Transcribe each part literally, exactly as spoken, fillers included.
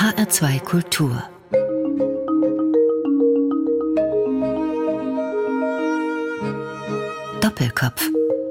H R zwei Kultur. Doppelkopf.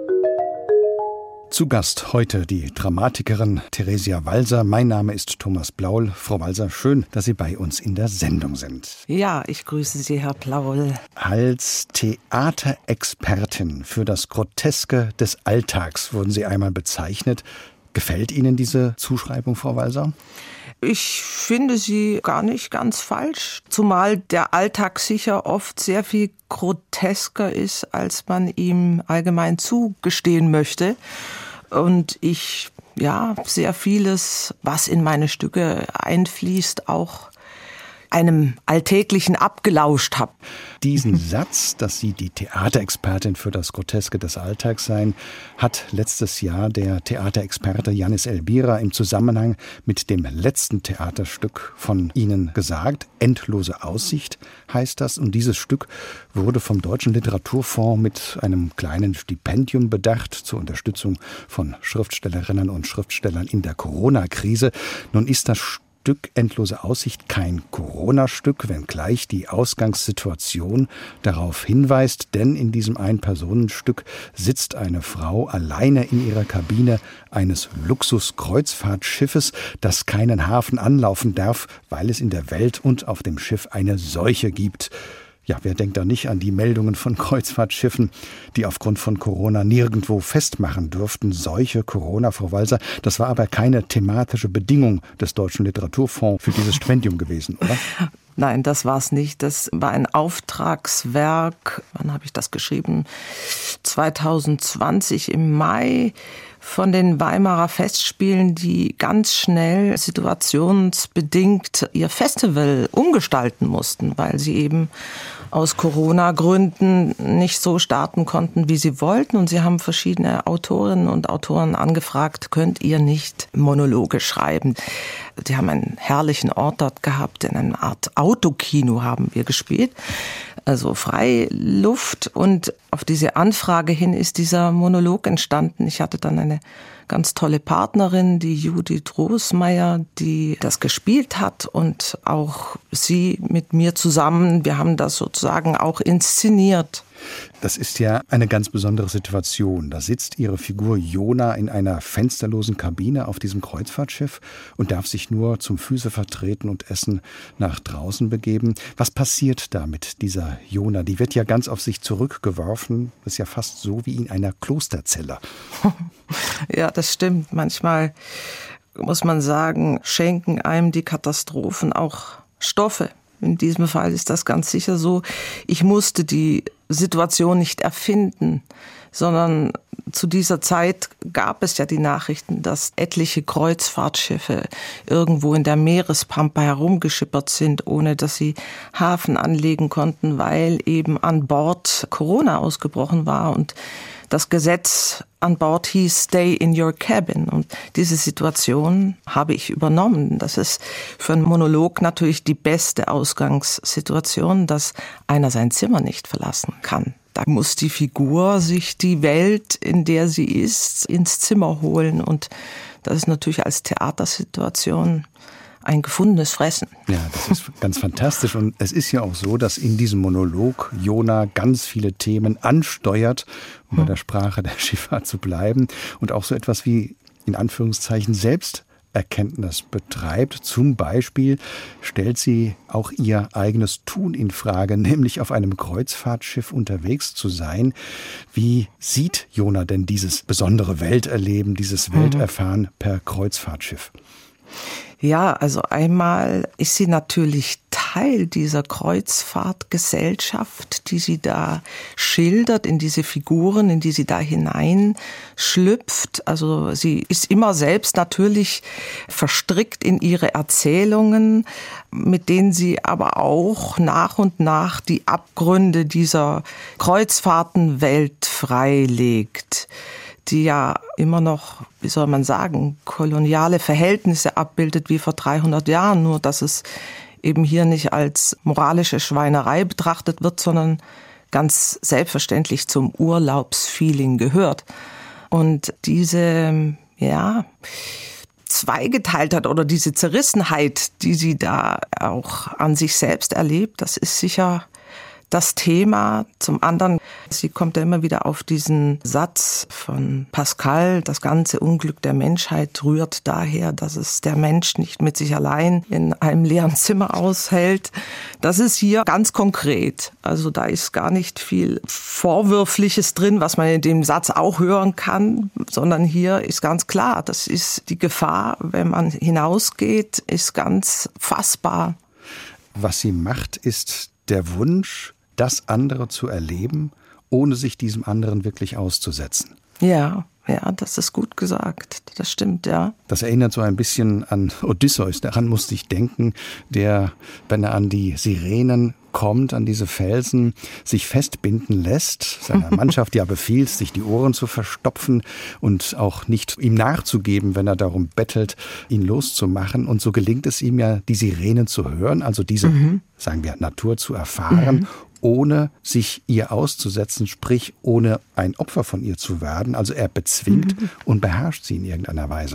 Zu Gast heute die Dramatikerin Theresia Walser. Mein Name ist Thomas Blaul. Frau Walser, schön, dass Sie bei uns in der Sendung sind. Ja, ich grüße Sie, Herr Blaul. Als Theaterexpertin für das Groteske des Alltags wurden Sie einmal bezeichnet. Gefällt Ihnen diese Zuschreibung, Frau Walser? Ich finde sie gar nicht ganz falsch, zumal der Alltag sicher oft sehr viel grotesker ist, als man ihm allgemein zugestehen möchte. Und ich, ja, sehr vieles, was in meine Stücke einfließt, auch einem Alltäglichen abgelauscht habe. Diesen Satz, dass Sie die Theaterexpertin für das Groteske des Alltags seien, hat letztes Jahr der Theaterexperte Yannis Elbira im Zusammenhang mit dem letzten Theaterstück von Ihnen gesagt. Endlose Aussicht heißt das. Und dieses Stück wurde vom Deutschen Literaturfonds mit einem kleinen Stipendium bedacht zur Unterstützung von Schriftstellerinnen und Schriftstellern in der Corona-Krise. Nun ist das Stück Stück Endlose Aussicht kein Corona-Stück, wenngleich die Ausgangssituation darauf hinweist, denn in diesem Ein-Personen-Stück sitzt eine Frau alleine in ihrer Kabine eines Luxus-Kreuzfahrtschiffes, das keinen Hafen anlaufen darf, weil es in der Welt und auf dem Schiff eine Seuche gibt. Ja, wer denkt da nicht an die Meldungen von Kreuzfahrtschiffen, die aufgrund von Corona nirgendwo festmachen dürften? Seuche, Corona, Frau Walser, das war aber keine thematische Bedingung des Deutschen Literaturfonds für dieses Stipendium gewesen, oder? Nein, das war es nicht. Das war ein Auftragswerk. Wann habe ich das geschrieben? zwanzig zwanzig im Mai von den Weimarer Festspielen, die ganz schnell situationsbedingt ihr Festival umgestalten mussten, weil sie eben aus Corona-Gründen nicht so starten konnten, wie sie wollten. Und sie haben verschiedene Autorinnen und Autoren angefragt, könnt ihr nicht Monologe schreiben? Die haben einen herrlichen Ort dort gehabt, in einer Art Autokino haben wir gespielt, also Freiluft. Und auf diese Anfrage hin ist dieser Monolog entstanden. Ich hatte dann eine ganz tolle Partnerin, die Judith Rosmeier, die das gespielt hat und auch sie mit mir zusammen. Wir haben das sozusagen auch inszeniert. Das ist ja eine ganz besondere Situation. Da sitzt Ihre Figur Jona in einer fensterlosen Kabine auf diesem Kreuzfahrtschiff und darf sich nur zum Füße vertreten und Essen nach draußen begeben. Was passiert da mit dieser Jona? Die wird ja ganz auf sich zurückgeworfen. Das ist ja fast so wie in einer Klosterzelle. Ja, das stimmt. Manchmal muss man sagen, schenken einem die Katastrophen auch Stoffe. In diesem Fall ist das ganz sicher so. Ich musste die Situation nicht erfinden, sondern zu dieser Zeit gab es ja die Nachrichten, dass etliche Kreuzfahrtschiffe irgendwo in der Meerespampa herumgeschippert sind, ohne dass sie Hafen anlegen konnten, weil eben an Bord Corona ausgebrochen war und das Gesetz an Bord hieß Stay in your cabin. Und diese Situation habe ich übernommen. Das ist für einen Monolog natürlich die beste Ausgangssituation, dass einer sein Zimmer nicht verlassen kann. Da muss die Figur sich die Welt, in der sie ist, ins Zimmer holen. Und das ist natürlich als Theatersituation ein gefundenes Fressen. Ja, das ist ganz fantastisch. Und es ist ja auch so, dass in diesem Monolog Jona ganz viele Themen ansteuert, um bei der Sprache der Schifffahrt zu bleiben. Und auch so etwas wie, in Anführungszeichen, Selbsterkenntnis betreibt. Zum Beispiel stellt sie auch ihr eigenes Tun in Frage, nämlich auf einem Kreuzfahrtschiff unterwegs zu sein. Wie sieht Jona denn dieses besondere Welterleben, dieses Welterfahren per Kreuzfahrtschiff? Ja, also einmal ist sie natürlich Teil dieser Kreuzfahrtgesellschaft, die sie da schildert, in diese Figuren, in die sie da hineinschlüpft. Also sie ist immer selbst natürlich verstrickt in ihre Erzählungen, mit denen sie aber auch nach und nach die Abgründe dieser Kreuzfahrtenwelt freilegt, die ja immer noch, wie soll man sagen, koloniale Verhältnisse abbildet wie vor dreihundert Jahren, nur dass es eben hier nicht als moralische Schweinerei betrachtet wird, sondern ganz selbstverständlich zum Urlaubsfeeling gehört. Und diese, ja, zweigeteilt hat oder diese Zerrissenheit, die sie da auch an sich selbst erlebt, das ist sicher das Thema. Zum anderen, sie kommt ja immer wieder auf diesen Satz von Pascal, das ganze Unglück der Menschheit rührt daher, dass es der Mensch nicht mit sich allein in einem leeren Zimmer aushält. Das ist hier ganz konkret. Also da ist gar nicht viel Vorwürfliches drin, was man in dem Satz auch hören kann, sondern hier ist ganz klar, das ist die Gefahr, wenn man hinausgeht, ist ganz fassbar. Was sie macht, ist der Wunsch, das andere zu erleben, ohne sich diesem anderen wirklich auszusetzen. Ja, ja, das ist gut gesagt. Das stimmt, ja. Das erinnert so ein bisschen an Odysseus. Daran musste ich denken, der, wenn er an die Sirenen kommt, an diese Felsen, sich festbinden lässt, seiner Mannschaft ja befiehlt, sich die Ohren zu verstopfen und auch nicht ihm nachzugeben, wenn er darum bettelt, ihn loszumachen. Und so gelingt es ihm ja, die Sirenen zu hören, also diese, mhm. sagen wir, Natur zu erfahren, mhm. ohne sich ihr auszusetzen, sprich ohne ein Opfer von ihr zu werden. Also er bezwingt mhm. und beherrscht sie in irgendeiner Weise.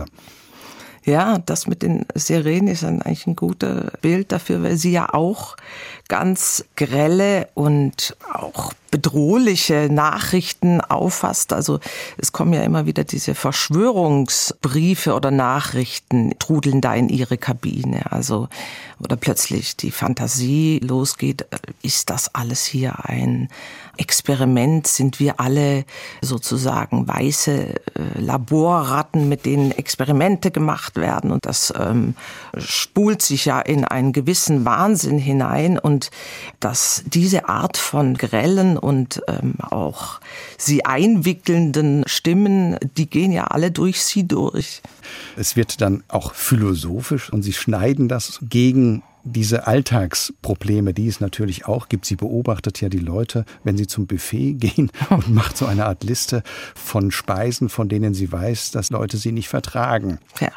Ja, das mit den Sirenen ist eigentlich ein gutes Bild dafür, weil sie ja auch ganz grelle und auch bedrohliche Nachrichten auffasst. Also es kommen ja immer wieder diese Verschwörungsbriefe oder Nachrichten, trudeln da in ihre Kabine. Also oder plötzlich die Fantasie losgeht, ist das alles hier ein Experiment? Sind wir alle sozusagen weiße Laborratten, mit denen Experimente gemacht werden? Und das ähm, spult sich ja in einen gewissen Wahnsinn hinein. Und dass diese Art von grellen und ähm, auch sie einwickelnden Stimmen, die gehen ja alle durch sie durch. Es wird dann auch philosophisch und sie schneiden das gegen diese Alltagsprobleme, die es natürlich auch gibt. Sie beobachtet ja die Leute, wenn sie zum Buffet gehen und macht so eine Art Liste von Speisen, von denen sie weiß, dass Leute sie nicht vertragen. Ja.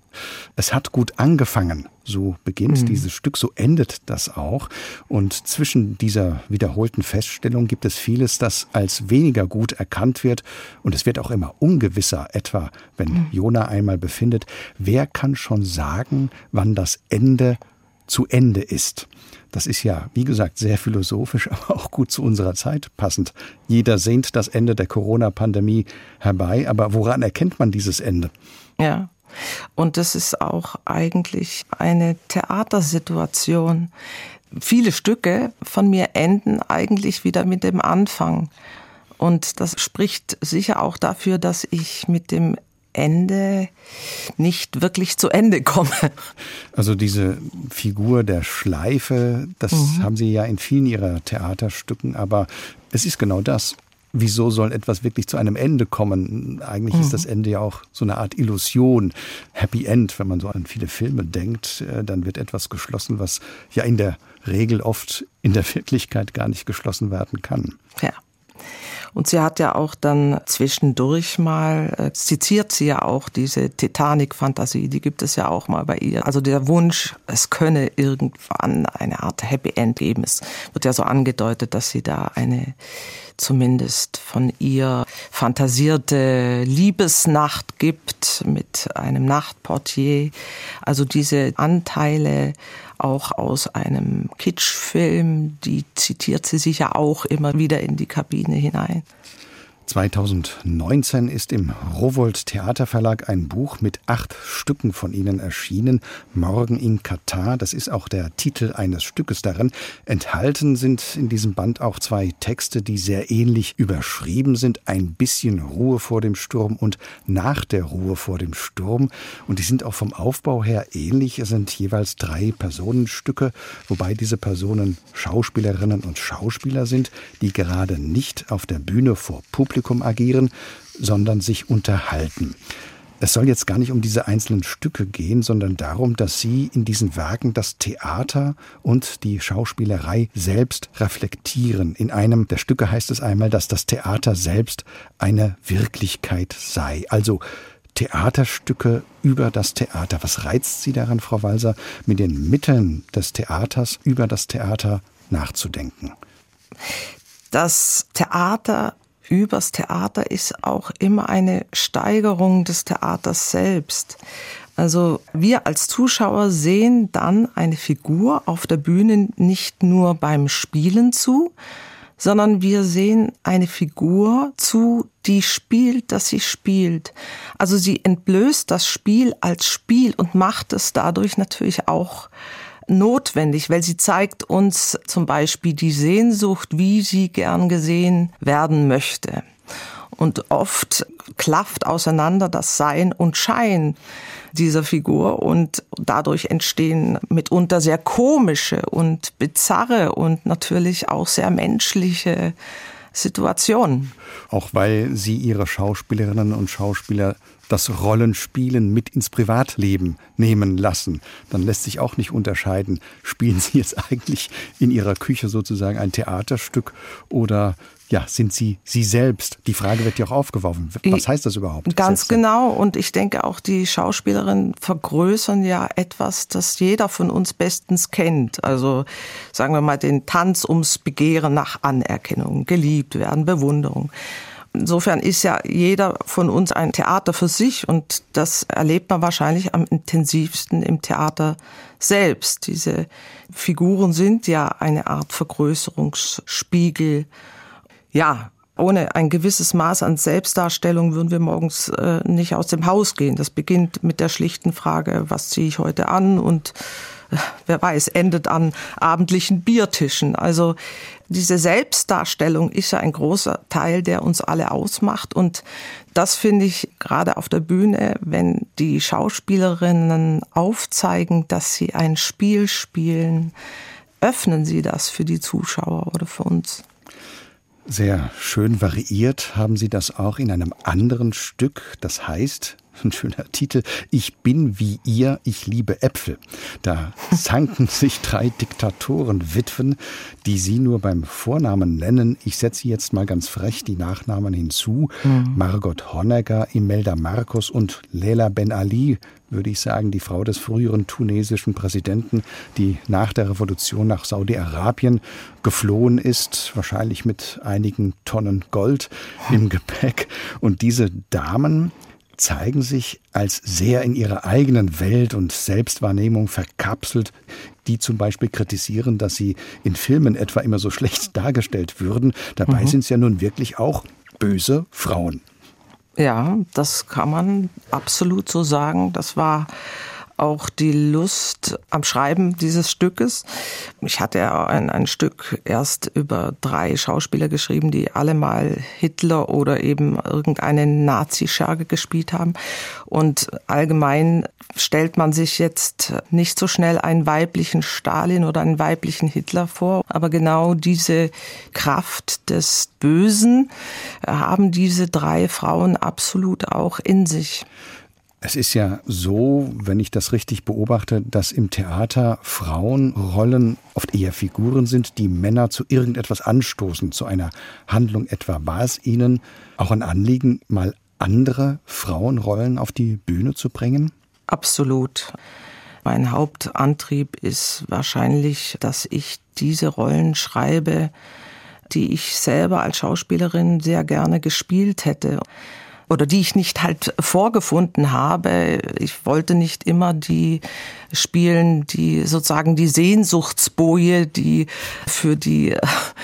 Es hat gut angefangen, so beginnt mhm. dieses Stück, so endet das auch. Und zwischen dieser wiederholten Feststellung gibt es vieles, das als weniger gut erkannt wird. Und es wird auch immer ungewisser, etwa wenn mhm. Jona einmal befindet, wer kann schon sagen, wann das Ende zu Ende ist. Das ist ja, wie gesagt, sehr philosophisch, aber auch gut zu unserer Zeit passend. Jeder sehnt das Ende der Corona-Pandemie herbei, aber woran erkennt man dieses Ende? Ja. Und das ist auch eigentlich eine Theatersituation. Viele Stücke von mir enden eigentlich wieder mit dem Anfang. Und das spricht sicher auch dafür, dass ich mit dem Ende nicht wirklich zu Ende komme. Also diese Figur der Schleife, das mhm. haben Sie ja in vielen Ihrer Theaterstücken, aber es ist genau das. Wieso soll etwas wirklich zu einem Ende kommen? Eigentlich mhm. ist das Ende ja auch so eine Art Illusion. Happy End, wenn man so an viele Filme denkt, dann wird etwas geschlossen, was ja in der Regel oft in der Wirklichkeit gar nicht geschlossen werden kann. Ja. Und sie hat ja auch dann zwischendurch mal, äh, skizziert sie ja auch diese Titanic-Fantasie, die gibt es ja auch mal bei ihr. Also der Wunsch, es könne irgendwann eine Art Happy End geben. Es wird ja so angedeutet, dass sie da eine zumindest von ihr fantasierte Liebesnacht gibt mit einem Nachtportier. Also diese Anteile auch aus einem Kitschfilm, die zitiert sie sicher auch immer wieder in die Kabine hinein. zweitausendneunzehn ist im Rowohlt Theaterverlag ein Buch mit acht Stücken von Ihnen erschienen. Morgen in Katar, das ist auch der Titel eines Stückes darin. Enthalten sind in diesem Band auch zwei Texte, die sehr ähnlich überschrieben sind. Ein bisschen Ruhe vor dem Sturm und Nach der Ruhe vor dem Sturm. Und die sind auch vom Aufbau her ähnlich. Es sind jeweils drei Personenstücke, wobei diese Personen Schauspielerinnen und Schauspieler sind, die gerade nicht auf der Bühne vor Publikum Publikum agieren, sondern sich unterhalten. Es soll jetzt gar nicht um diese einzelnen Stücke gehen, sondern darum, dass Sie in diesen Werken das Theater und die Schauspielerei selbst reflektieren. In einem der Stücke heißt es einmal, dass das Theater selbst eine Wirklichkeit sei. Also Theaterstücke über das Theater. Was reizt Sie daran, Frau Walser, mit den Mitteln des Theaters über das Theater nachzudenken? Das Theater übers Theater ist auch immer eine Steigerung des Theaters selbst. Also wir als Zuschauer sehen dann eine Figur auf der Bühne nicht nur beim Spielen zu, sondern wir sehen eine Figur zu, die spielt, dass sie spielt. Also sie entblößt das Spiel als Spiel und macht es dadurch natürlich auch notwendig, weil sie zeigt uns zum Beispiel die Sehnsucht, wie sie gern gesehen werden möchte. Und oft klafft auseinander das Sein und Schein dieser Figur und dadurch entstehen mitunter sehr komische und bizarre und natürlich auch sehr menschliche Situationen. Auch weil Sie Ihre Schauspielerinnen und Schauspieler das Rollenspielen mit ins Privatleben nehmen lassen. Dann lässt sich auch nicht unterscheiden, spielen Sie jetzt eigentlich in Ihrer Küche sozusagen ein Theaterstück oder ja, sind Sie Sie selbst? Die Frage wird ja auch aufgeworfen. Was heißt das überhaupt? Ganz genau. Und ich denke auch, die Schauspielerinnen vergrößern ja etwas, das jeder von uns bestens kennt. Also sagen wir mal den Tanz ums Begehren nach Anerkennung, geliebt werden, Bewunderung. Insofern ist ja jeder von uns ein Theater für sich und das erlebt man wahrscheinlich am intensivsten im Theater selbst. Diese Figuren sind ja eine Art Vergrößerungsspiegel. Ja, ohne ein gewisses Maß an Selbstdarstellung würden wir morgens äh, nicht aus dem Haus gehen. Das beginnt mit der schlichten Frage, was ziehe ich heute an und äh, wer weiß, endet an abendlichen Biertischen. Also diese Selbstdarstellung ist ja ein großer Teil, der uns alle ausmacht. Und das finde ich gerade auf der Bühne, wenn die Schauspielerinnen aufzeigen, dass sie ein Spiel spielen, öffnen sie das für die Zuschauer oder für uns. Sehr schön variiert haben Sie das auch in einem anderen Stück, das heißt, ein schöner Titel, Ich bin wie ihr, ich liebe Äpfel. Da zanken sich drei Diktatorenwitwen, die Sie nur beim Vornamen nennen. Ich setze jetzt mal ganz frech die Nachnamen hinzu. Mhm. Margot Honegger, Imelda Marcos und Leila Ben Ali, würde ich sagen, die Frau des früheren tunesischen Präsidenten, die nach der Revolution nach Saudi-Arabien geflohen ist, wahrscheinlich mit einigen Tonnen Gold im Gepäck. Und diese Damen zeigen sich als sehr in ihrer eigenen Welt und Selbstwahrnehmung verkapselt, die zum Beispiel kritisieren, dass sie in Filmen etwa immer so schlecht dargestellt würden. Dabei mhm. sind es ja nun wirklich auch böse Frauen. Ja, das kann man absolut so sagen. Das war auch die Lust am Schreiben dieses Stückes. Ich hatte ja ein, ein Stück erst über drei Schauspieler geschrieben, die alle mal Hitler oder eben irgendeine Nazi-Scherge gespielt haben. Und allgemein stellt man sich jetzt nicht so schnell einen weiblichen Stalin oder einen weiblichen Hitler vor. Aber genau diese Kraft des Bösen haben diese drei Frauen absolut auch in sich. Es ist ja so, wenn ich das richtig beobachte, dass im Theater Frauenrollen oft eher Figuren sind, die Männer zu irgendetwas anstoßen, zu einer Handlung etwa. War es Ihnen auch ein Anliegen, mal andere Frauenrollen auf die Bühne zu bringen? Absolut. Mein Hauptantrieb ist wahrscheinlich, dass ich diese Rollen schreibe, die ich selber als Schauspielerin sehr gerne gespielt hätte. Oder die ich nicht halt vorgefunden habe. Ich wollte nicht immer die spielen, die sozusagen die Sehnsuchtsboje, die für die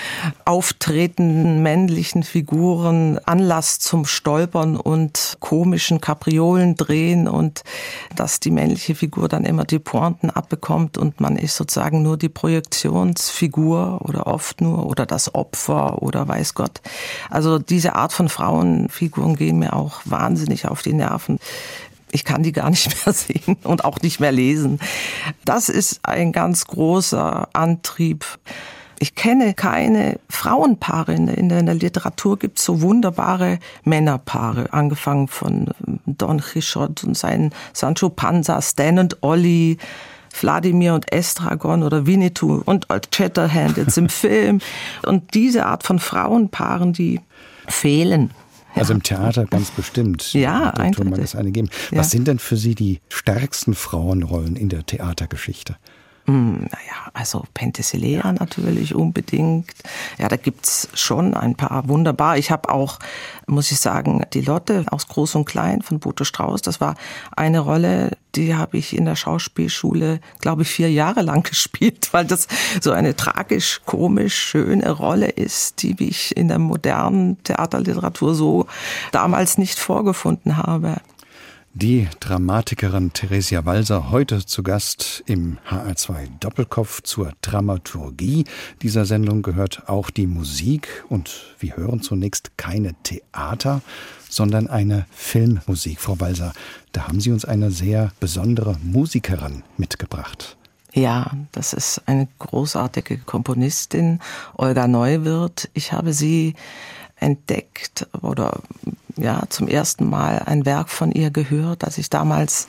auftretenden männlichen Figuren Anlass zum Stolpern und komischen Kapriolen drehen und dass die männliche Figur dann immer die Pointen abbekommt und man ist sozusagen nur die Projektionsfigur oder oft nur oder das Opfer oder weiß Gott. Also diese Art von Frauenfiguren gehen mir auch wahnsinnig auf die Nerven. Ich kann die gar nicht mehr sehen und auch nicht mehr lesen. Das ist ein ganz großer Antrieb. Ich kenne keine Frauenpaare. In der, in der Literatur gibt es so wunderbare Männerpaare, angefangen von Don Quixote und seinen Sancho Panza, Stan und Ollie, Wladimir und Estragon oder Winnetou und Old Shatterhand jetzt im Film. Und diese Art von Frauenpaaren, die fehlen. Also im Theater ganz bestimmt. Ja, eindeutig. Mag es eine geben. Ja. Was sind denn für Sie die stärksten Frauenrollen in der Theatergeschichte? Hm, naja, also Penthesilea natürlich unbedingt. Ja, da gibt's schon ein paar wunderbar. Ich habe auch, muss ich sagen, die Lotte aus Groß und Klein von Boto Strauß, das war eine Rolle, die habe ich in der Schauspielschule, glaube ich, vier Jahre lang gespielt, weil das so eine tragisch, komisch, schöne Rolle ist, die ich in der modernen Theaterliteratur so damals nicht vorgefunden habe. Die Dramatikerin Theresia Walser, heute zu Gast im H R zwei Doppelkopf. Zur Dramaturgie dieser Sendung gehört auch die Musik. Und wir hören zunächst keine Theater, sondern eine Filmmusik. Frau Walser, da haben Sie uns eine sehr besondere Musikerin mitgebracht. Ja, das ist eine großartige Komponistin, Olga Neuwirth. Ich habe sie entdeckt oder ja zum ersten Mal ein Werk von ihr gehört, als ich damals,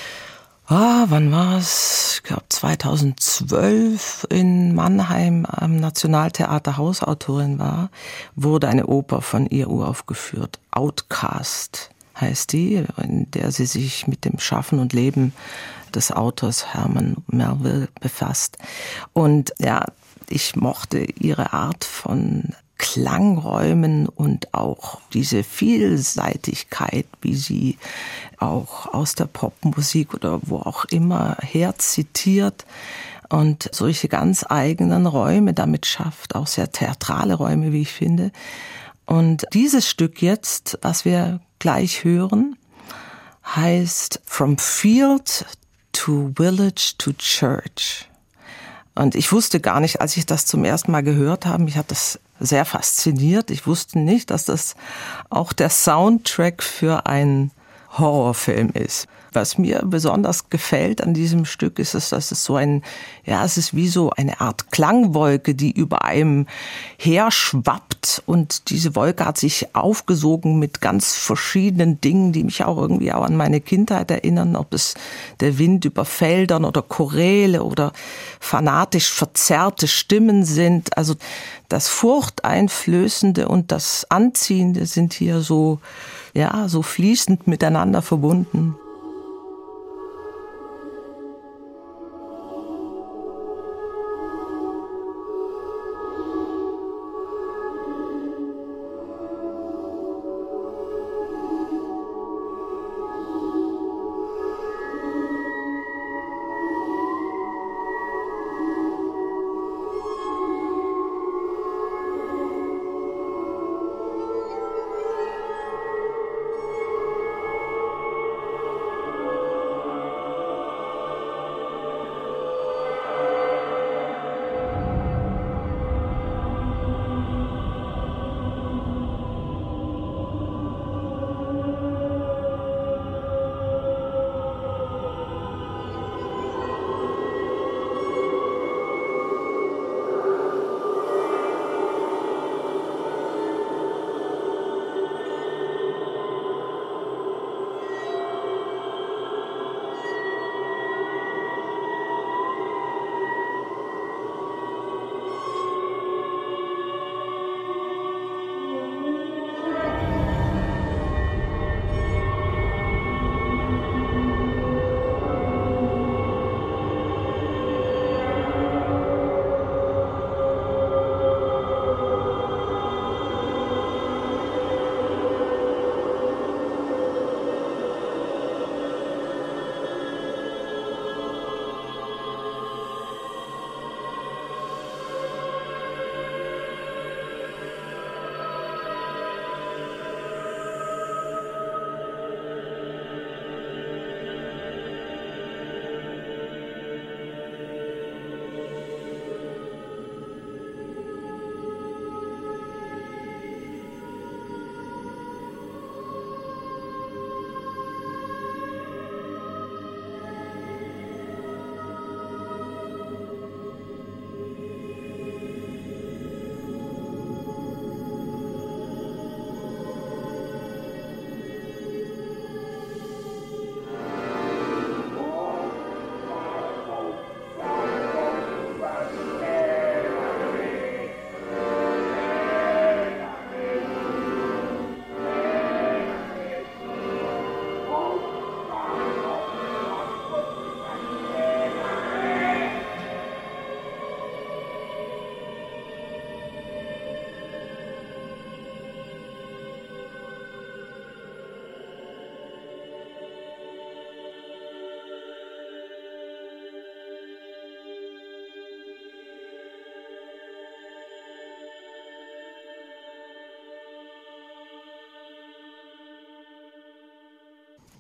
ah, wann war es? Ich glaube zweitausendzwölf in Mannheim am Nationaltheater Hausautorin war, wurde eine Oper von ihr uraufgeführt. Outcast heißt die, in der sie sich mit dem Schaffen und Leben des Autors Herman Melville befasst. Und ja, ich mochte ihre Art von Klangräumen und auch diese Vielseitigkeit, wie sie auch aus der Popmusik oder wo auch immer her zitiert und solche ganz eigenen Räume damit schafft, auch sehr theatrale Räume, wie ich finde. Und dieses Stück jetzt, was wir gleich hören, heißt From Field to Village to Church. Und ich wusste gar nicht, als ich das zum ersten Mal gehört habe, mich hat das sehr fasziniert. Ich wusste nicht, dass das auch der Soundtrack für einen Horrorfilm ist. Was mir besonders gefällt an diesem Stück ist, dass es so ein, ja, es ist wie so eine Art Klangwolke, die über einem herschwappt, und diese Wolke hat sich aufgesogen mit ganz verschiedenen Dingen, die mich auch irgendwie auch an meine Kindheit erinnern, ob es der Wind über Feldern oder Choräle oder fanatisch verzerrte Stimmen sind. Also das Furchteinflößende und das Anziehende sind hier so, ja, so fließend miteinander verbunden.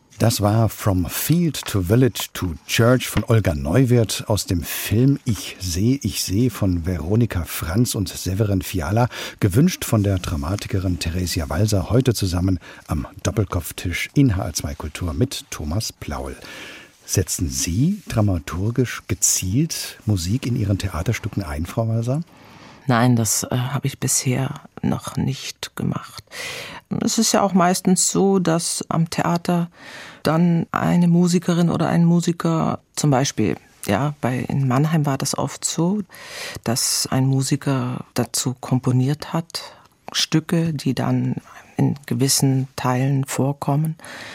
Das war From Field to Village to Church von Olga Neuwirth aus dem Film Ich seh, ich seh von Veronika Franz und Severin Fiala, gewünscht von der Dramatikerin Theresia Walser, heute zusammen am Doppelkopftisch in H R zwei Kultur mit Thomas Plaul. Setzen Sie dramaturgisch gezielt Musik in Ihren Theaterstücken ein, Frau Walser? Nein, das äh, habe ich bisher noch nicht gemacht. Es ist ja auch meistens so, dass am Theater dann eine Musikerin oder ein Musiker, zum Beispiel, ja, bei in Mannheim war das oft so, dass ein Musiker dazu komponiert hat, Stücke, die dann in gewissen Teilen vorkommen.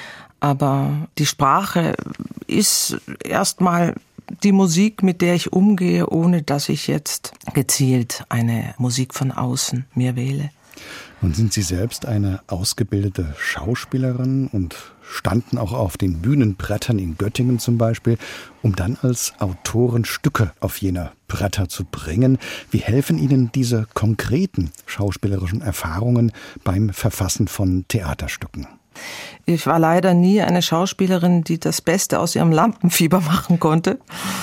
Aber die Sprache ist erstmal die Musik, mit der ich umgehe, ohne dass ich jetzt gezielt eine Musik von außen mir wähle. Nun sind Sie selbst eine ausgebildete Schauspielerin und standen auch auf den Bühnenbrettern in Göttingen zum Beispiel, um dann als Autorin Stücke auf jene Bretter zu bringen. Wie helfen Ihnen diese konkreten schauspielerischen Erfahrungen beim Verfassen von Theaterstücken? Ich war leider nie eine Schauspielerin, die das Beste aus ihrem Lampenfieber machen konnte.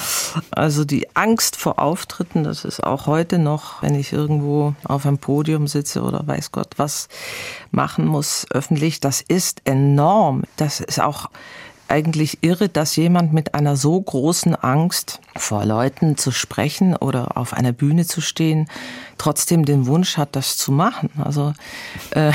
Also die Angst vor Auftritten, das ist auch heute noch, wenn ich irgendwo auf einem Podium sitze oder weiß Gott was machen muss öffentlich, das ist enorm. Das ist auch eigentlich irre, dass jemand mit einer so großen Angst vor Leuten zu sprechen oder auf einer Bühne zu stehen, trotzdem den Wunsch hat, das zu machen. Also äh,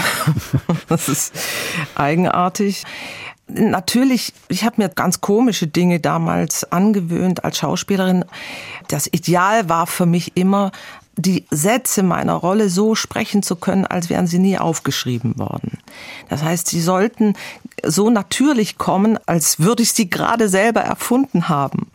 das ist eigenartig. Natürlich, ich habe mir ganz komische Dinge damals angewöhnt als Schauspielerin. Das Ideal war für mich immer, die Sätze meiner Rolle so sprechen zu können, als wären sie nie aufgeschrieben worden. Das heißt, sie sollten so natürlich kommen, als würde ich sie gerade selber erfunden haben.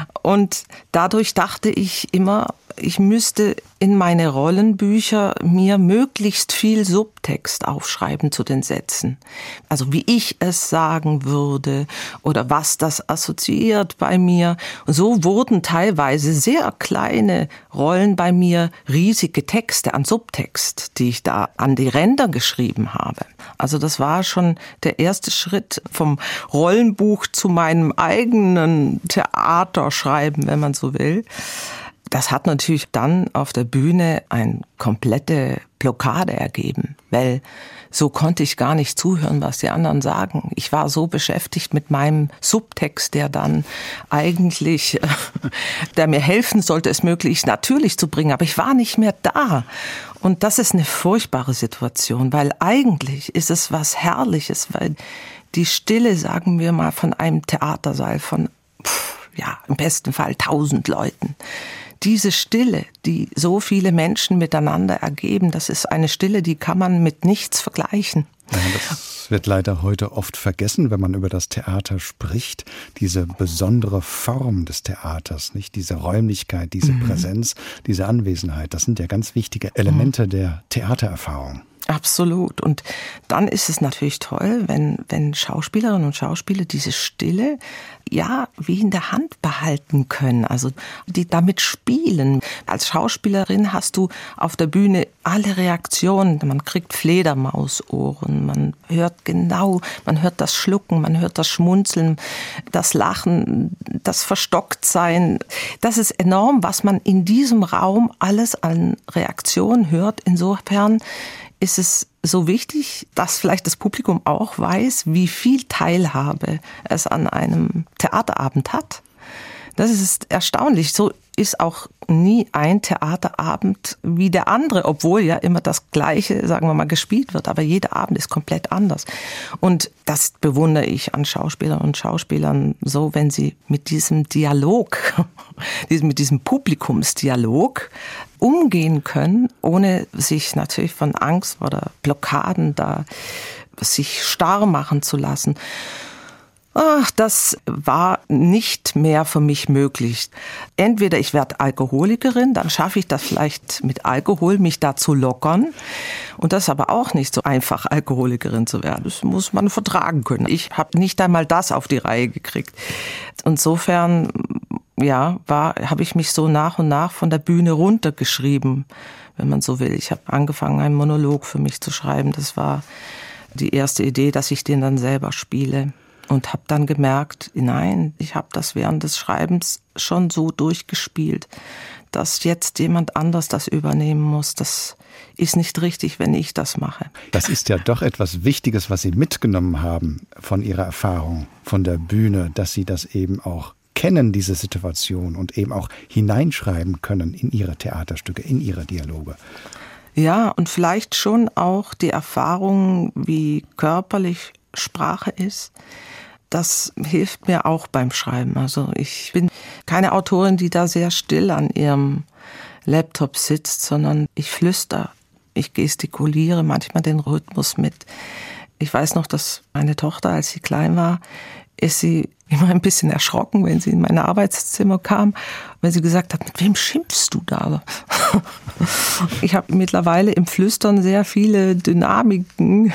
Und dadurch dachte ich immer, ich müsste in meine Rollenbücher mir möglichst viel Subtext aufschreiben zu den Sätzen. Also wie ich es sagen würde oder was das assoziiert bei mir. Und so wurden teilweise sehr kleine Rollen bei mir riesige Texte an Subtext, die ich da an die Ränder geschrieben habe. Also das war schon der erste Schritt vom Rollenbuch zu meinem eigenen Theaterschreiben, wenn man so will. Das hat natürlich dann auf der Bühne eine komplette Blockade ergeben, weil so konnte ich gar nicht zuhören, was die anderen sagen. Ich war so beschäftigt mit meinem Subtext, der dann eigentlich, der mir helfen sollte, es möglichst natürlich zu bringen, aber ich war nicht mehr da. Und das ist eine furchtbare Situation, weil eigentlich ist es was Herrliches, weil die Stille, sagen wir mal, von einem Theatersaal von, pff, ja, im besten Fall tausend Leuten. Diese Stille, die so viele Menschen miteinander ergeben, das ist eine Stille, die kann man mit nichts vergleichen. Ja, das wird leider heute oft vergessen, wenn man über das Theater spricht. Diese besondere Form des Theaters, nicht? Diese Räumlichkeit, diese mhm. Präsenz, diese Anwesenheit, das sind ja ganz wichtige Elemente mhm. der Theatererfahrung. Absolut. Und dann ist es natürlich toll, wenn, wenn Schauspielerinnen und Schauspieler diese Stille ja wie in der Hand behalten können, also die damit spielen. Als Schauspielerin hast du auf der Bühne alle Reaktionen. Man kriegt Fledermausohren, man hört genau, man hört das Schlucken, man hört das Schmunzeln, das Lachen, das Verstocktsein. Das ist enorm, was man in diesem Raum alles an Reaktionen hört. Insofern ist es so wichtig, dass vielleicht das Publikum auch weiß, wie viel Teilhabe es an einem Theaterabend hat. Das ist erstaunlich. So ist auch nie ein Theaterabend wie der andere, obwohl ja immer das Gleiche, sagen wir mal, gespielt wird. Aber jeder Abend ist komplett anders. Und das bewundere ich an Schauspielern und Schauspielern so, wenn sie mit diesem Dialog, mit diesem Publikumsdialog umgehen können, ohne sich natürlich von Angst oder Blockaden da sich starr machen zu lassen. Ach, das war nicht mehr für mich möglich. Entweder ich werde Alkoholikerin, dann schaffe ich das vielleicht mit Alkohol, mich da zu lockern. Und das ist aber auch nicht so einfach, Alkoholikerin zu werden. Das muss man vertragen können. Ich habe nicht einmal das auf die Reihe gekriegt. Insofern, ja, war, habe ich mich so nach und nach von der Bühne runtergeschrieben, wenn man so will. Ich habe angefangen, einen Monolog für mich zu schreiben. Das war die erste Idee, dass ich den dann selber spiele. Und habe dann gemerkt, nein, ich habe das während des Schreibens schon so durchgespielt, dass jetzt jemand anders das übernehmen muss. Das ist nicht richtig, wenn ich das mache. Das ist ja doch etwas Wichtiges, was Sie mitgenommen haben von Ihrer Erfahrung, von der Bühne, dass Sie das eben auch kennen, diese Situation, und eben auch hineinschreiben können in Ihre Theaterstücke, in Ihre Dialoge. Ja, und vielleicht schon auch die Erfahrung, wie körperlich Sprache ist. Das hilft mir auch beim Schreiben. Also ich bin keine Autorin, die da sehr still an ihrem Laptop sitzt, sondern ich flüster, ich gestikuliere manchmal den Rhythmus mit. Ich weiß noch, dass meine Tochter, als sie klein war, ist sie immer ein bisschen erschrocken, wenn sie in mein Arbeitszimmer kam, wenn sie gesagt hat, mit wem schimpfst du da? Ich habe mittlerweile im Flüstern sehr viele Dynamiken.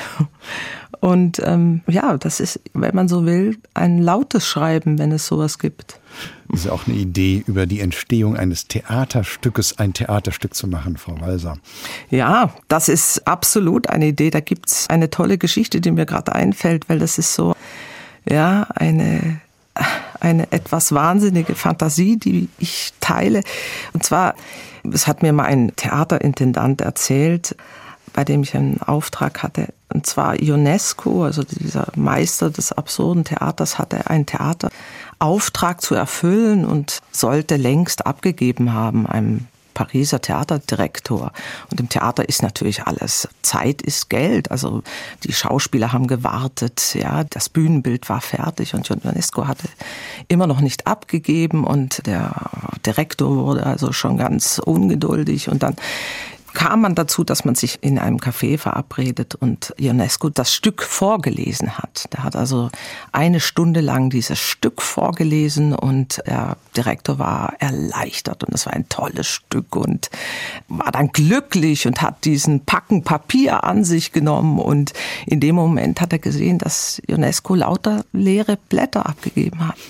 Und ähm, ja, das ist, wenn man so will, ein lautes Schreiben, wenn es sowas gibt. Das ist auch eine Idee, über die Entstehung eines Theaterstückes ein Theaterstück zu machen, Frau Walser. Ja, das ist absolut eine Idee. Da gibt's eine tolle Geschichte, die mir gerade einfällt, weil das ist so, ja, eine, eine etwas wahnsinnige Fantasie, die ich teile. Und zwar, es hat mir mal ein Theaterintendant erzählt, bei dem ich einen Auftrag hatte. Und zwar Ionesco, also dieser Meister des absurden Theaters, hatte einen Theaterauftrag zu erfüllen und sollte längst abgegeben haben, einem Pariser Theaterdirektor. Und im Theater ist natürlich alles. Zeit ist Geld. Also die Schauspieler haben gewartet, ja, das Bühnenbild war fertig und Ionesco hatte immer noch nicht abgegeben und der Direktor wurde also schon ganz ungeduldig und dann kam man dazu, dass man sich in einem Café verabredet und Ionesco das Stück vorgelesen hat. Der hat also eine Stunde lang dieses Stück vorgelesen und der Direktor war erleichtert und es war ein tolles Stück und war dann glücklich und hat diesen Packen Papier an sich genommen und in dem Moment hat er gesehen, dass Ionesco lauter leere Blätter abgegeben hat.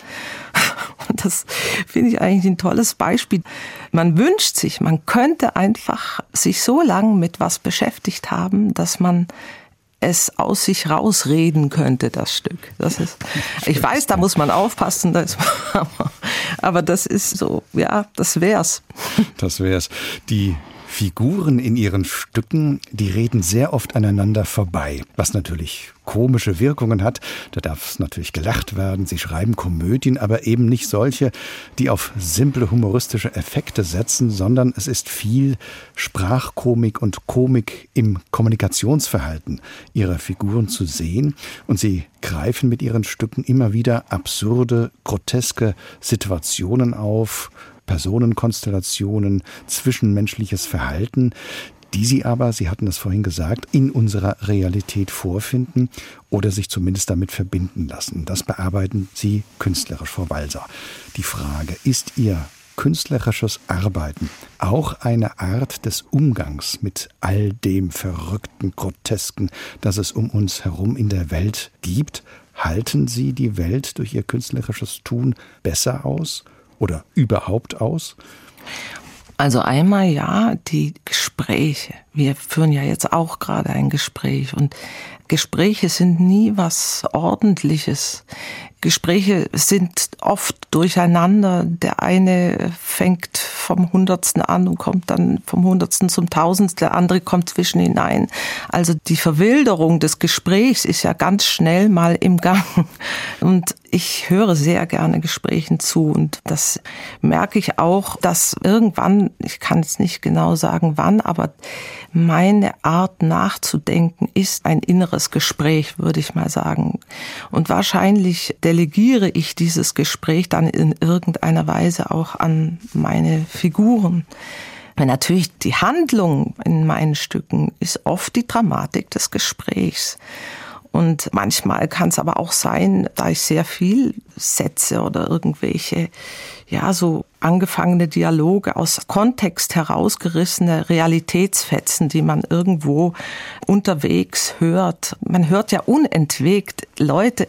Und das finde ich eigentlich ein tolles Beispiel. Man wünscht sich, man könnte einfach sich so lange mit was beschäftigt haben, dass man es aus sich rausreden könnte, das Stück. Das ist, ich weiß, da muss man aufpassen, das, aber das ist so, ja, das wär's. Das wär's. Die Figuren in ihren Stücken, die reden sehr oft aneinander vorbei, was natürlich komische Wirkungen hat. Da darf es natürlich gelacht werden. Sie schreiben Komödien, aber eben nicht solche, die auf simple humoristische Effekte setzen, sondern es ist viel Sprachkomik und Komik im Kommunikationsverhalten ihrer Figuren zu sehen. Und sie greifen mit ihren Stücken immer wieder absurde, groteske Situationen auf, Personenkonstellationen, zwischenmenschliches Verhalten, die sie aber, Sie hatten das vorhin gesagt, in unserer Realität vorfinden oder sich zumindest damit verbinden lassen. Das bearbeiten Sie künstlerisch, Frau Walser. Die Frage, ist Ihr künstlerisches Arbeiten auch eine Art des Umgangs mit all dem Verrückten, Grotesken, das es um uns herum in der Welt gibt? Halten Sie die Welt durch Ihr künstlerisches Tun besser aus? Oder überhaupt aus? Also einmal ja, die Gespräche. Wir führen ja jetzt auch gerade ein Gespräch und Gespräche sind nie was Ordentliches. Gespräche sind oft durcheinander. Der eine fängt vom Hundertsten an und kommt dann vom Hundertsten zum Tausendsten. Der andere kommt zwischen hinein. Also die Verwilderung des Gesprächs ist ja ganz schnell mal im Gang. Und ich höre sehr gerne Gesprächen zu. Und das merke ich auch, dass irgendwann, ich kann jetzt nicht genau sagen wann, aber meine Art nachzudenken ist ein inneres Gespräch, würde ich mal sagen. Und wahrscheinlich delegiere ich dieses Gespräch dann in irgendeiner Weise auch an meine Figuren. Weil natürlich die Handlung in meinen Stücken ist oft die Dramatik des Gesprächs. Und manchmal kann es aber auch sein, da ich sehr viel setze oder irgendwelche, ja, so angefangene Dialoge aus Kontext herausgerissene Realitätsfetzen, die man irgendwo unterwegs hört. Man hört ja unentwegt Leute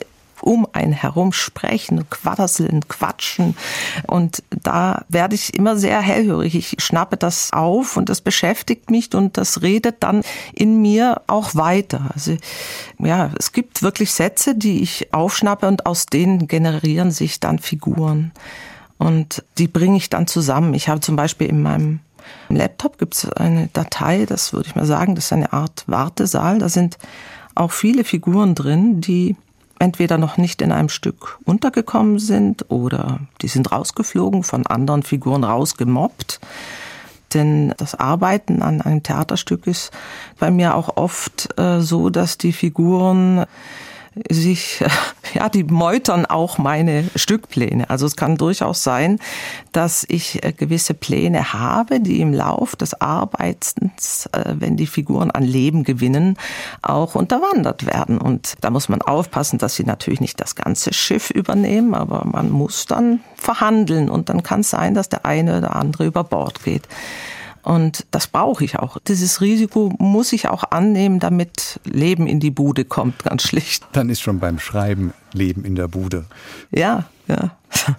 um einen herum sprechen, quasseln, quatschen. Und da werde ich immer sehr hellhörig. Ich schnappe das auf und das beschäftigt mich und das redet dann in mir auch weiter. Also ja, es gibt wirklich Sätze, die ich aufschnappe und aus denen generieren sich dann Figuren. Und die bringe ich dann zusammen. Ich habe zum Beispiel in meinem Laptop gibt es eine Datei, das würde ich mal sagen, das ist eine Art Wartesaal. Da sind auch viele Figuren drin, die entweder noch nicht in einem Stück untergekommen sind oder die sind rausgeflogen, von anderen Figuren rausgemobbt. Denn das Arbeiten an einem Theaterstück ist bei mir auch oft äh, so, dass die Figuren sich, ja, die meutern auch meine Stückpläne. Also es kann durchaus sein, dass ich gewisse Pläne habe, die im Lauf des Arbeitens, wenn die Figuren an Leben gewinnen, auch unterwandert werden. Und da muss man aufpassen, dass sie natürlich nicht das ganze Schiff übernehmen, aber man muss dann verhandeln und dann kann es sein, dass der eine oder andere über Bord geht. Und das brauche ich auch. Dieses Risiko muss ich auch annehmen, damit Leben in die Bude kommt, ganz schlicht. Dann ist schon beim Schreiben Leben in der Bude. Ja, ja.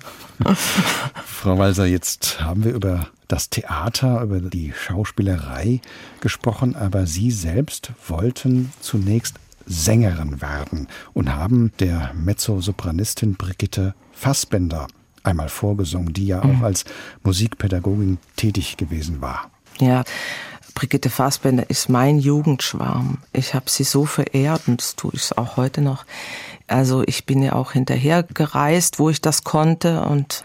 Frau Walser, jetzt haben wir über das Theater, über die Schauspielerei gesprochen, aber Sie selbst wollten zunächst Sängerin werden und haben der Mezzosopranistin Brigitte Fassbender einmal vorgesungen, die ja auch als Musikpädagogin tätig gewesen war. Ja, Brigitte Fassbender ist mein Jugendschwarm. Ich habe sie so verehrt und das tue ich auch heute noch. Also ich bin ja auch hinterher gereist, wo ich das konnte und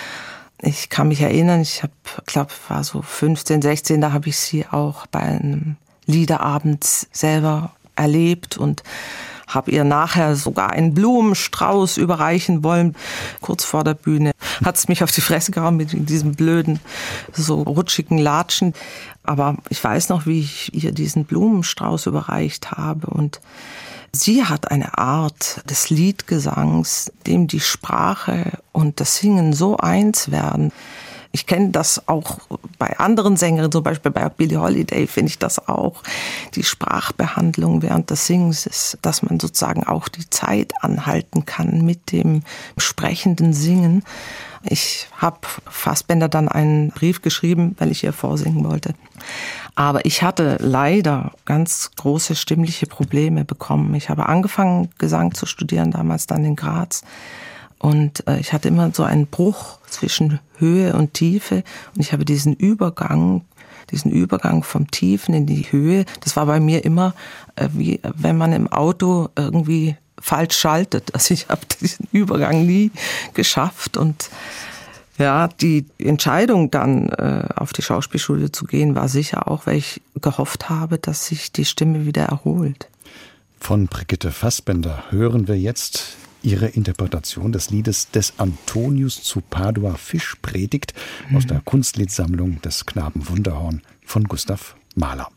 ich kann mich erinnern, ich habe, glaube, war so fünfzehn, sechzehn, da habe ich sie auch bei einem Liederabend selber erlebt und habe ihr nachher sogar einen Blumenstrauß überreichen wollen. Kurz vor der Bühne hat es mich auf die Fresse gehauen mit diesem blöden, so rutschigen Latschen. Aber ich weiß noch, wie ich ihr diesen Blumenstrauß überreicht habe. Und sie hat eine Art des Liedgesangs, dem die Sprache und das Singen so eins werden. Ich kenne das auch bei anderen Sängerinnen, zum Beispiel bei Billie Holiday finde ich das auch. Die Sprachbehandlung während des Singens ist, dass man sozusagen auch die Zeit anhalten kann mit dem sprechenden Singen. Ich habe Fassbender dann einen Brief geschrieben, weil ich ihr vorsingen wollte. Aber ich hatte leider ganz große stimmliche Probleme bekommen. Ich habe angefangen, Gesang zu studieren, damals dann in Graz. Und äh, ich hatte immer so einen Bruch zwischen Höhe und Tiefe. Und ich habe diesen Übergang, diesen Übergang vom Tiefen in die Höhe, das war bei mir immer, äh, wie wenn man im Auto irgendwie falsch schaltet. Also ich habe diesen Übergang nie geschafft. Und ja, die Entscheidung dann äh, auf die Schauspielschule zu gehen, war sicher auch, weil ich gehofft habe, dass sich die Stimme wieder erholt. Von Brigitte Fassbender hören wir jetzt ihre Interpretation des Liedes Des Antonius zu Padua Fischpredigt aus der Kunstliedsammlung des Knaben Wunderhorn von Gustav Mahler.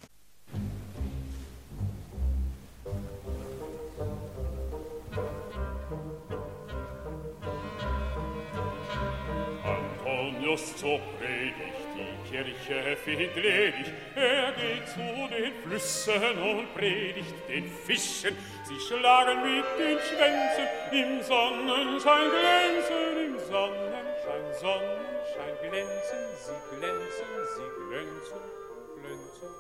Antonius zur Predigt, die Kirche find ledig. Er geht zu den Flüssen und predigt den Fischen. Sie schlagen mit den Schwänzen, im Sonnenschein glänzen, im Sonnenschein, Sonnenschein glänzen, sie glänzen, sie glänzen, glänzen.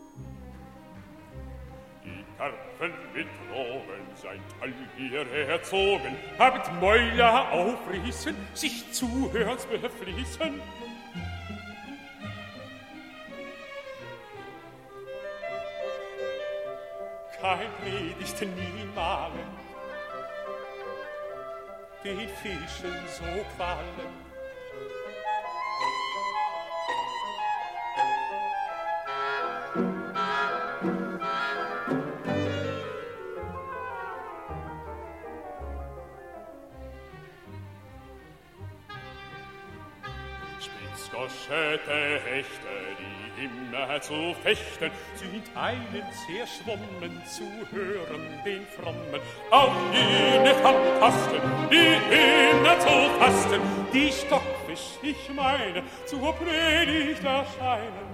Die Karpfen mit Roben, sein Teil hierher erzogen, habt Mäuler aufrissen, sich Zuhörens befließen. Kein Predigt niemals, den Fischen so qualen. Spitzgoschete Hechte, die immer zu fechten, sind einen sehr schwommen zu hören, den Frommen. Auch jene Fantasten, die immer zu fasten, die Stockfisch, ich meine, zur Predigt erscheinen.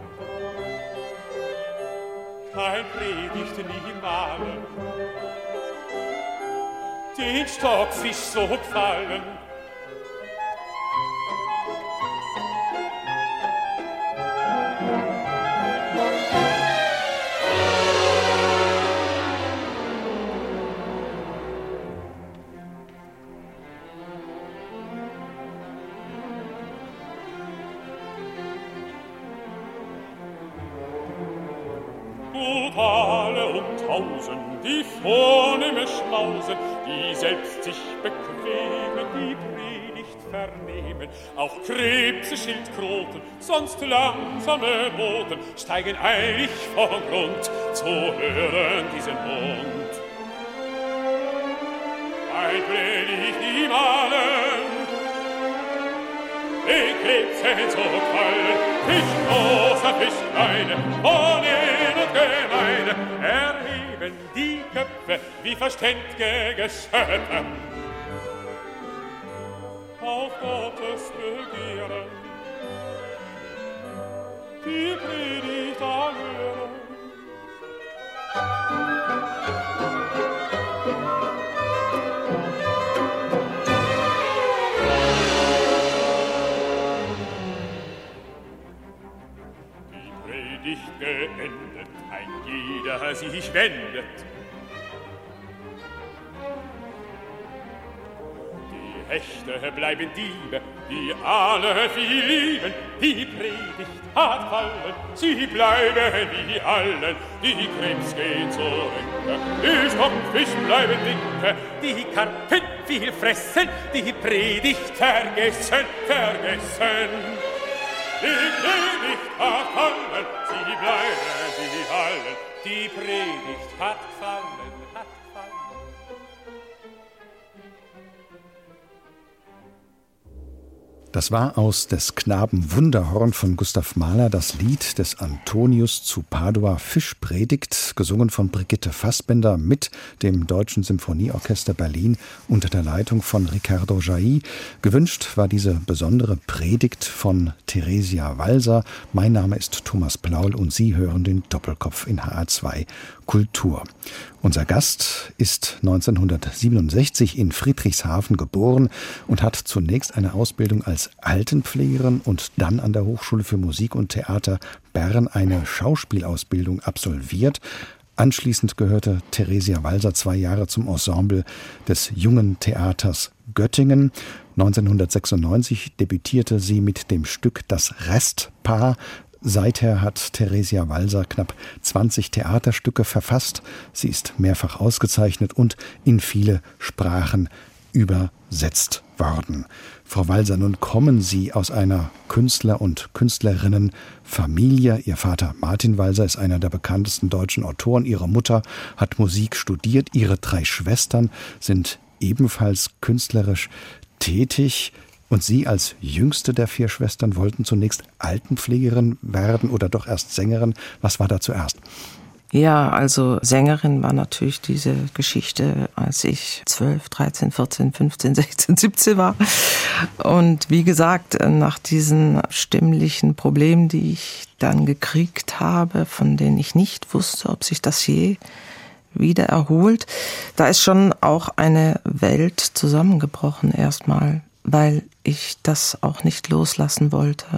Kein Predigt niemals, den Stockfisch so gefallen. Gut alle und tausend, die vornehme Schmausen, die selbst sich bequemen, die Predigt vernehmen. Auch Krebse, Schildkröten, sonst langsame Boten, steigen eilig vom Grund zu hören diesen Mund. Ein Predigt ihm allen, die Krebse so fallen, Fisch großer, Fisch kleine, Hohnen und Gemeine, erheben die Köpfe wie verständige Geschöpfe. Auf Gottes Begehren, die Predigt anhören. Nicht geendet, ein jeder sich wendet. Die Hechte bleiben Diebe, die alle viel lieben. Die Predigt hat fallen, sie bleiben wie allen. Die Krebs gehen zurück, die Stockfisch bleiben dicke. Die Karpfen viel fressen, die Predigt vergessen, vergessen. Die Predigt hat fallen, sie bleiben wie allen. Die Predigt hat fallen, hat fallen. Das war aus des Knaben Wunderhorn von Gustav Mahler das Lied des Antonius zu Padua Fischpredigt, gesungen von Brigitte Fassbender mit dem Deutschen Symphonieorchester Berlin unter der Leitung von Riccardo Jai. Gewünscht war diese besondere Predigt von Theresia Walser. Mein Name ist Thomas Plaul und Sie hören den Doppelkopf in H R zwei Kultur. Unser Gast ist neunzehnhundertsiebenundsechzig in Friedrichshafen geboren und hat zunächst eine Ausbildung als Altenpflegerin und dann an der Hochschule für Musik und Theater Bern eine Schauspielausbildung absolviert. Anschließend gehörte Theresia Walser zwei Jahre zum Ensemble des Jungen Theaters Göttingen. neunzehnhundertsechsundneunzig debütierte sie mit dem Stück Das Restpaar. Seither hat Theresia Walser knapp zwanzig Theaterstücke verfasst. Sie ist mehrfach ausgezeichnet und in viele Sprachen übersetzt worden. Frau Walser, nun kommen Sie aus einer Künstler- und Künstlerinnenfamilie. Ihr Vater Martin Walser ist einer der bekanntesten deutschen Autoren. Ihre Mutter hat Musik studiert. Ihre drei Schwestern sind ebenfalls künstlerisch tätig. Und Sie als jüngste der vier Schwestern wollten zunächst Altenpflegerin werden oder doch erst Sängerin. Was war da zuerst? Ja, also Sängerin war natürlich diese Geschichte, als ich zwölf, dreizehn, vierzehn, fünfzehn, sechzehn, siebzehn war. Und wie gesagt, nach diesen stimmlichen Problemen, die ich dann gekriegt habe, von denen ich nicht wusste, ob sich das je wieder erholt, da ist schon auch eine Welt zusammengebrochen erstmal, weil ich das auch nicht loslassen wollte.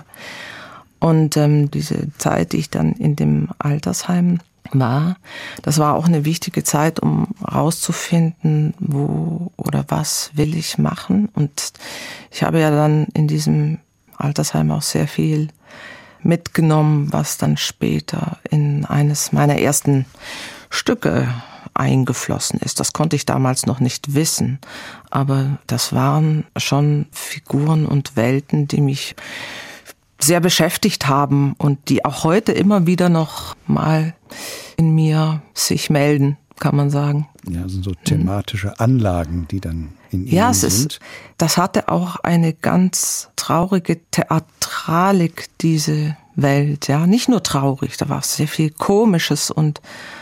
Und ähm, diese Zeit, die ich dann in dem Altersheim war, das war auch eine wichtige Zeit, um rauszufinden, wo oder was will ich machen. Und ich habe ja dann in diesem Altersheim auch sehr viel mitgenommen, was dann später in eines meiner ersten Stücke eingeflossen ist. Das konnte ich damals noch nicht wissen, aber das waren schon Figuren und Welten, die mich sehr beschäftigt haben und die auch heute immer wieder noch mal in mir sich melden, kann man sagen. Ja, also so thematische Anlagen, die dann in Ihnen ja, es sind. Ist, das hatte auch eine ganz traurige Theatralik, diese Welt. Ja, nicht nur traurig, da war sehr viel Komisches und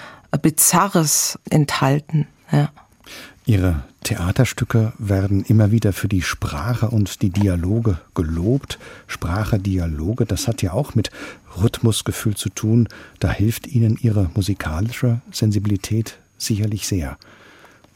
Bizarres enthalten. Ja. Ihre Theaterstücke werden immer wieder für die Sprache und die Dialoge gelobt. Sprache, Dialoge, das hat ja auch mit Rhythmusgefühl zu tun. Da hilft Ihnen Ihre musikalische Sensibilität sicherlich sehr.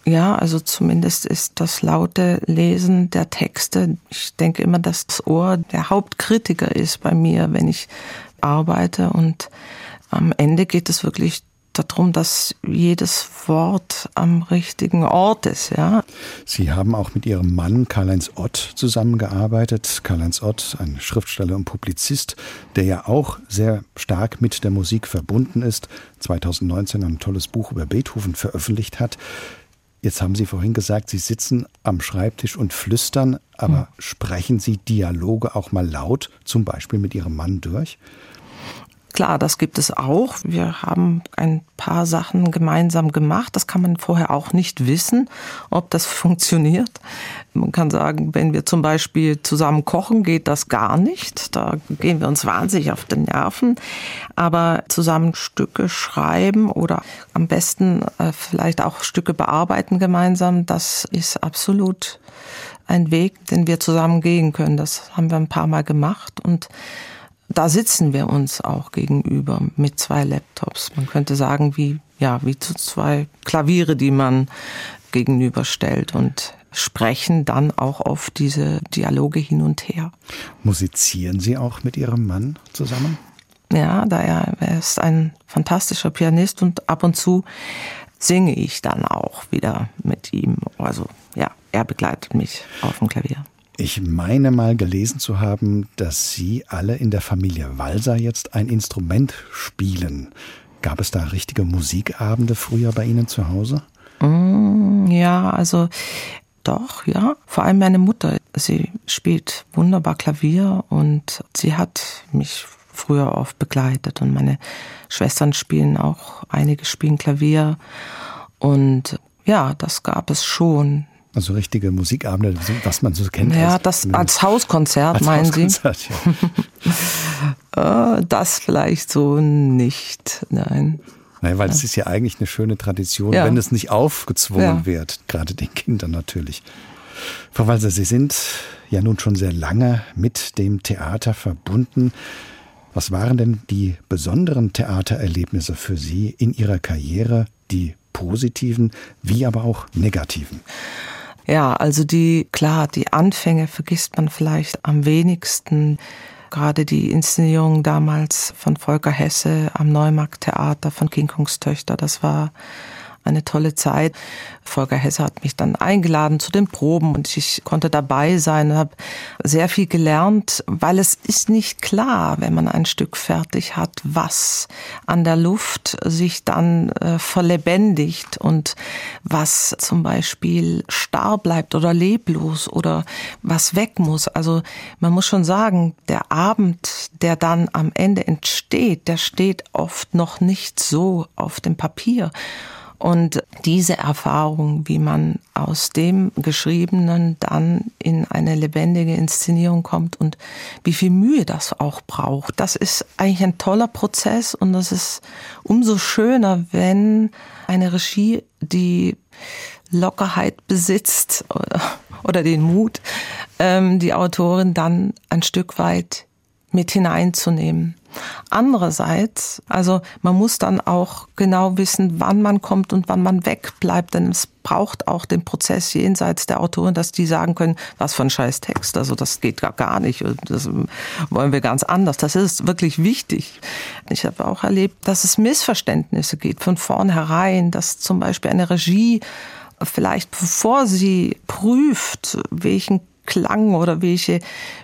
Ja, also zumindest ist das laute Lesen der Texte, ich denke immer, dass das Ohr der Hauptkritiker ist bei mir, wenn ich arbeite. Und am Ende geht es wirklich darum, dass jedes Wort am richtigen Ort ist. Ja. Sie haben auch mit Ihrem Mann Karl-Heinz Ott zusammengearbeitet. Karl-Heinz Ott, ein Schriftsteller und Publizist, der ja auch sehr stark mit der Musik verbunden ist, zweitausendneunzehn ein tolles Buch über Beethoven veröffentlicht hat. Jetzt haben Sie vorhin gesagt, Sie sitzen am Schreibtisch und flüstern, aber hm. sprechen Sie Dialoge auch mal laut, zum Beispiel mit Ihrem Mann durch? Klar, das gibt es auch. Wir haben ein paar Sachen gemeinsam gemacht. Das kann man vorher auch nicht wissen, ob das funktioniert. Man kann sagen, wenn wir zum Beispiel zusammen kochen, geht das gar nicht. Da gehen wir uns wahnsinnig auf den Nerven. Aber zusammen Stücke schreiben oder am besten vielleicht auch Stücke bearbeiten gemeinsam, das ist absolut ein Weg, den wir zusammen gehen können. Das haben wir ein paar Mal gemacht und da sitzen wir uns auch gegenüber mit zwei Laptops. Man könnte sagen, wie, ja, wie zu zwei Klaviere, die man gegenüberstellt und sprechen dann auch oft diese Dialoge hin und her. Musizieren Sie auch mit Ihrem Mann zusammen? Ja, da er, er ist ein fantastischer Pianist und ab und zu singe ich dann auch wieder mit ihm. Also ja, er begleitet mich auf dem Klavier. Ich meine mal gelesen zu haben, dass Sie alle in der Familie Walser jetzt ein Instrument spielen. Gab es da richtige Musikabende früher bei Ihnen zu Hause? Ja, also doch, ja. Vor allem meine Mutter. Sie spielt wunderbar Klavier und sie hat mich früher oft begleitet. Und meine Schwestern spielen auch, einige spielen Klavier. Und ja, das gab es schon. Also richtige Musikabende, was man so kennt. Ja, als, das als Hauskonzert, als meinen Hauskonzert, Sie? Ja. Das vielleicht so nicht, nein. Naja, weil es ist ja eigentlich eine schöne Tradition, ja. wenn es nicht aufgezwungen ja. wird, gerade den Kindern natürlich. Frau Walser, Sie sind ja nun schon sehr lange mit dem Theater verbunden. Was waren denn die besonderen Theatererlebnisse für Sie in Ihrer Karriere, die positiven, wie aber auch negativen? Ja, also die, klar, die Anfänge vergisst man vielleicht am wenigsten. Gerade die Inszenierung damals von Volker Hesse am Neumarkttheater von King Kongs Töchter, das war eine tolle Zeit. Volker Hesse hat mich dann eingeladen zu den Proben und ich konnte dabei sein, habe sehr viel gelernt, weil es ist nicht klar, wenn man ein Stück fertig hat, was an der Luft sich dann äh, verlebendigt und was zum Beispiel starr bleibt oder leblos oder was weg muss. Also man muss schon sagen, der Abend, der dann am Ende entsteht, der steht oft noch nicht so auf dem Papier. Und diese Erfahrung, wie man aus dem Geschriebenen dann in eine lebendige Inszenierung kommt und wie viel Mühe das auch braucht, das ist eigentlich ein toller Prozess und das ist umso schöner, wenn eine Regie die Lockerheit besitzt oder, oder den Mut, ähm, die Autorin dann ein Stück weit mit hineinzunehmen. Andererseits, also man muss dann auch genau wissen, wann man kommt und wann man wegbleibt, denn es braucht auch den Prozess jenseits der Autoren, dass die sagen können, was für ein scheiß Text, also das geht gar nicht, das wollen wir ganz anders. Das ist wirklich wichtig. Ich habe auch erlebt, dass es Missverständnisse gibt von vornherein, dass zum Beispiel eine Regie vielleicht, bevor sie prüft, welchen Klang oder welche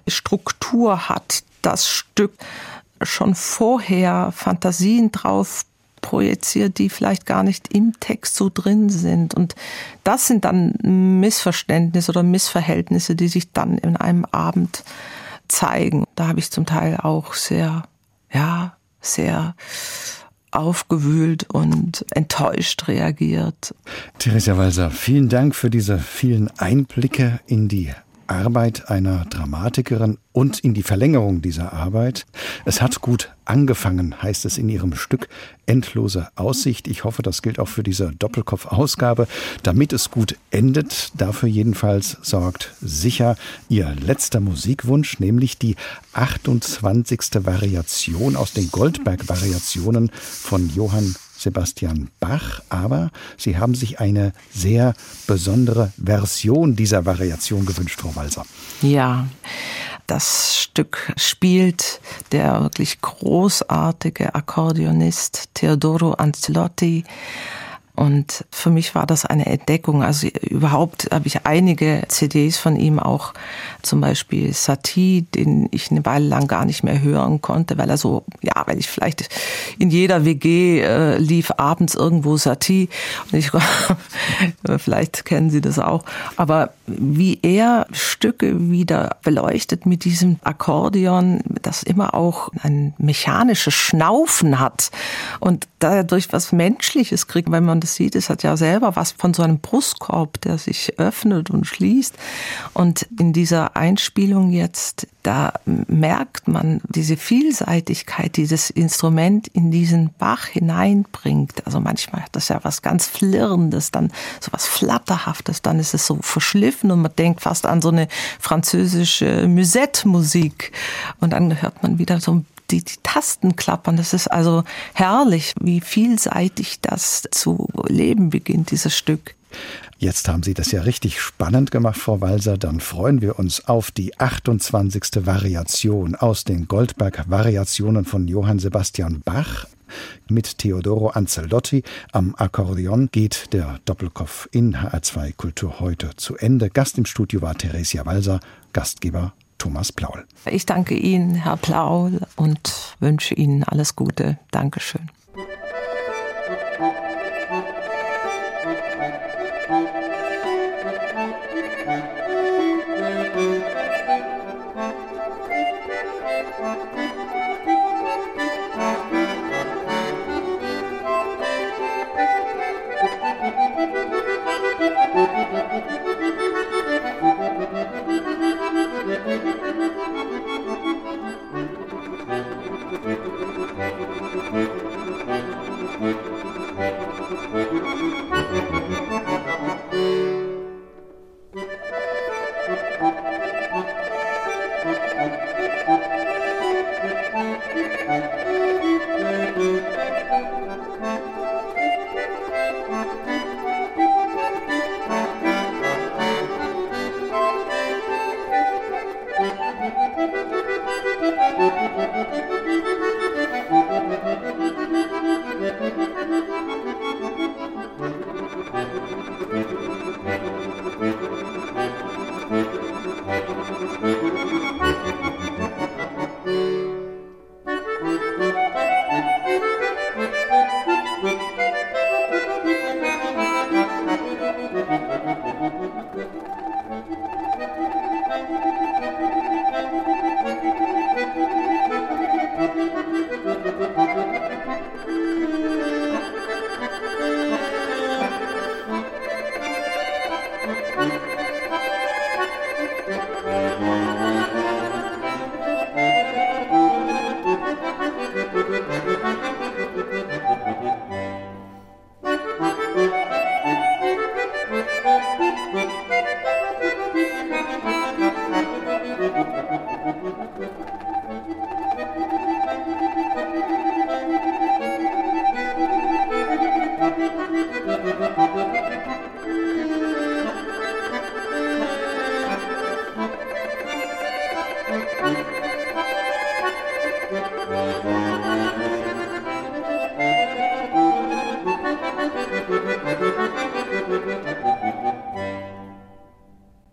Struktur hat das Stück, schon vorher Fantasien drauf projiziert, die vielleicht gar nicht im Text so drin sind. Und das sind dann Missverständnisse oder Missverhältnisse, die sich dann in einem Abend zeigen. Da habe ich zum Teil auch sehr, ja, sehr aufgewühlt und enttäuscht reagiert. Theresia Walser, vielen Dank für diese vielen Einblicke in die Arbeit einer Dramatikerin und in die Verlängerung dieser Arbeit. Es hat gut angefangen, heißt es in Ihrem Stück Endlose Aussicht. Ich hoffe, das gilt auch für diese Doppelkopf-Ausgabe. Damit es gut endet, dafür jedenfalls sorgt sicher Ihr letzter Musikwunsch, nämlich die achtundzwanzigste Variation aus den Goldberg-Variationen von Johann Sebastian Bach, aber Sie haben sich eine sehr besondere Version dieser Variation gewünscht, Frau Walser. Ja, das Stück spielt der wirklich großartige Akkordeonist Teodoro Ancelotti. Und für mich war das eine Entdeckung. Also überhaupt habe ich einige C Ds von ihm, auch zum Beispiel Satie, den ich eine Weile lang gar nicht mehr hören konnte, weil er so, ja, weil ich vielleicht in jeder W G äh, lief abends irgendwo Satie. Und ich, vielleicht kennen Sie das auch. Aber wie er Stücke wieder beleuchtet mit diesem Akkordeon, das immer auch ein mechanisches Schnaufen hat und dadurch was Menschliches kriegt, weil man das sieht, es hat ja selber was von so einem Brustkorb, der sich öffnet und schließt. Und in dieser Einspielung jetzt, da merkt man diese Vielseitigkeit, die dieses Instrument in diesen Bach hineinbringt. Also manchmal hat das ja was ganz Flirrendes, dann so was Flatterhaftes, dann ist es so verschliffen und man denkt fast an so eine französische Musette-Musik. Und dann hört man wieder so ein Die, die Tasten klappern. Das ist also herrlich, wie vielseitig das zu leben beginnt, dieses Stück. Jetzt haben Sie das ja richtig spannend gemacht, Frau Walser. Dann freuen wir uns auf die achtundzwanzigste Variation aus den Goldberg-Variationen von Johann Sebastian Bach. Mit Teodoro Ancelotti am Akkordeon geht der Doppelkopf in H R zwei Kultur heute zu Ende. Gast im Studio war Theresia Walser, Gastgeber Thomas Plaul. Ich danke Ihnen, Herr Plaul, und wünsche Ihnen alles Gute. Dankeschön. Thank you.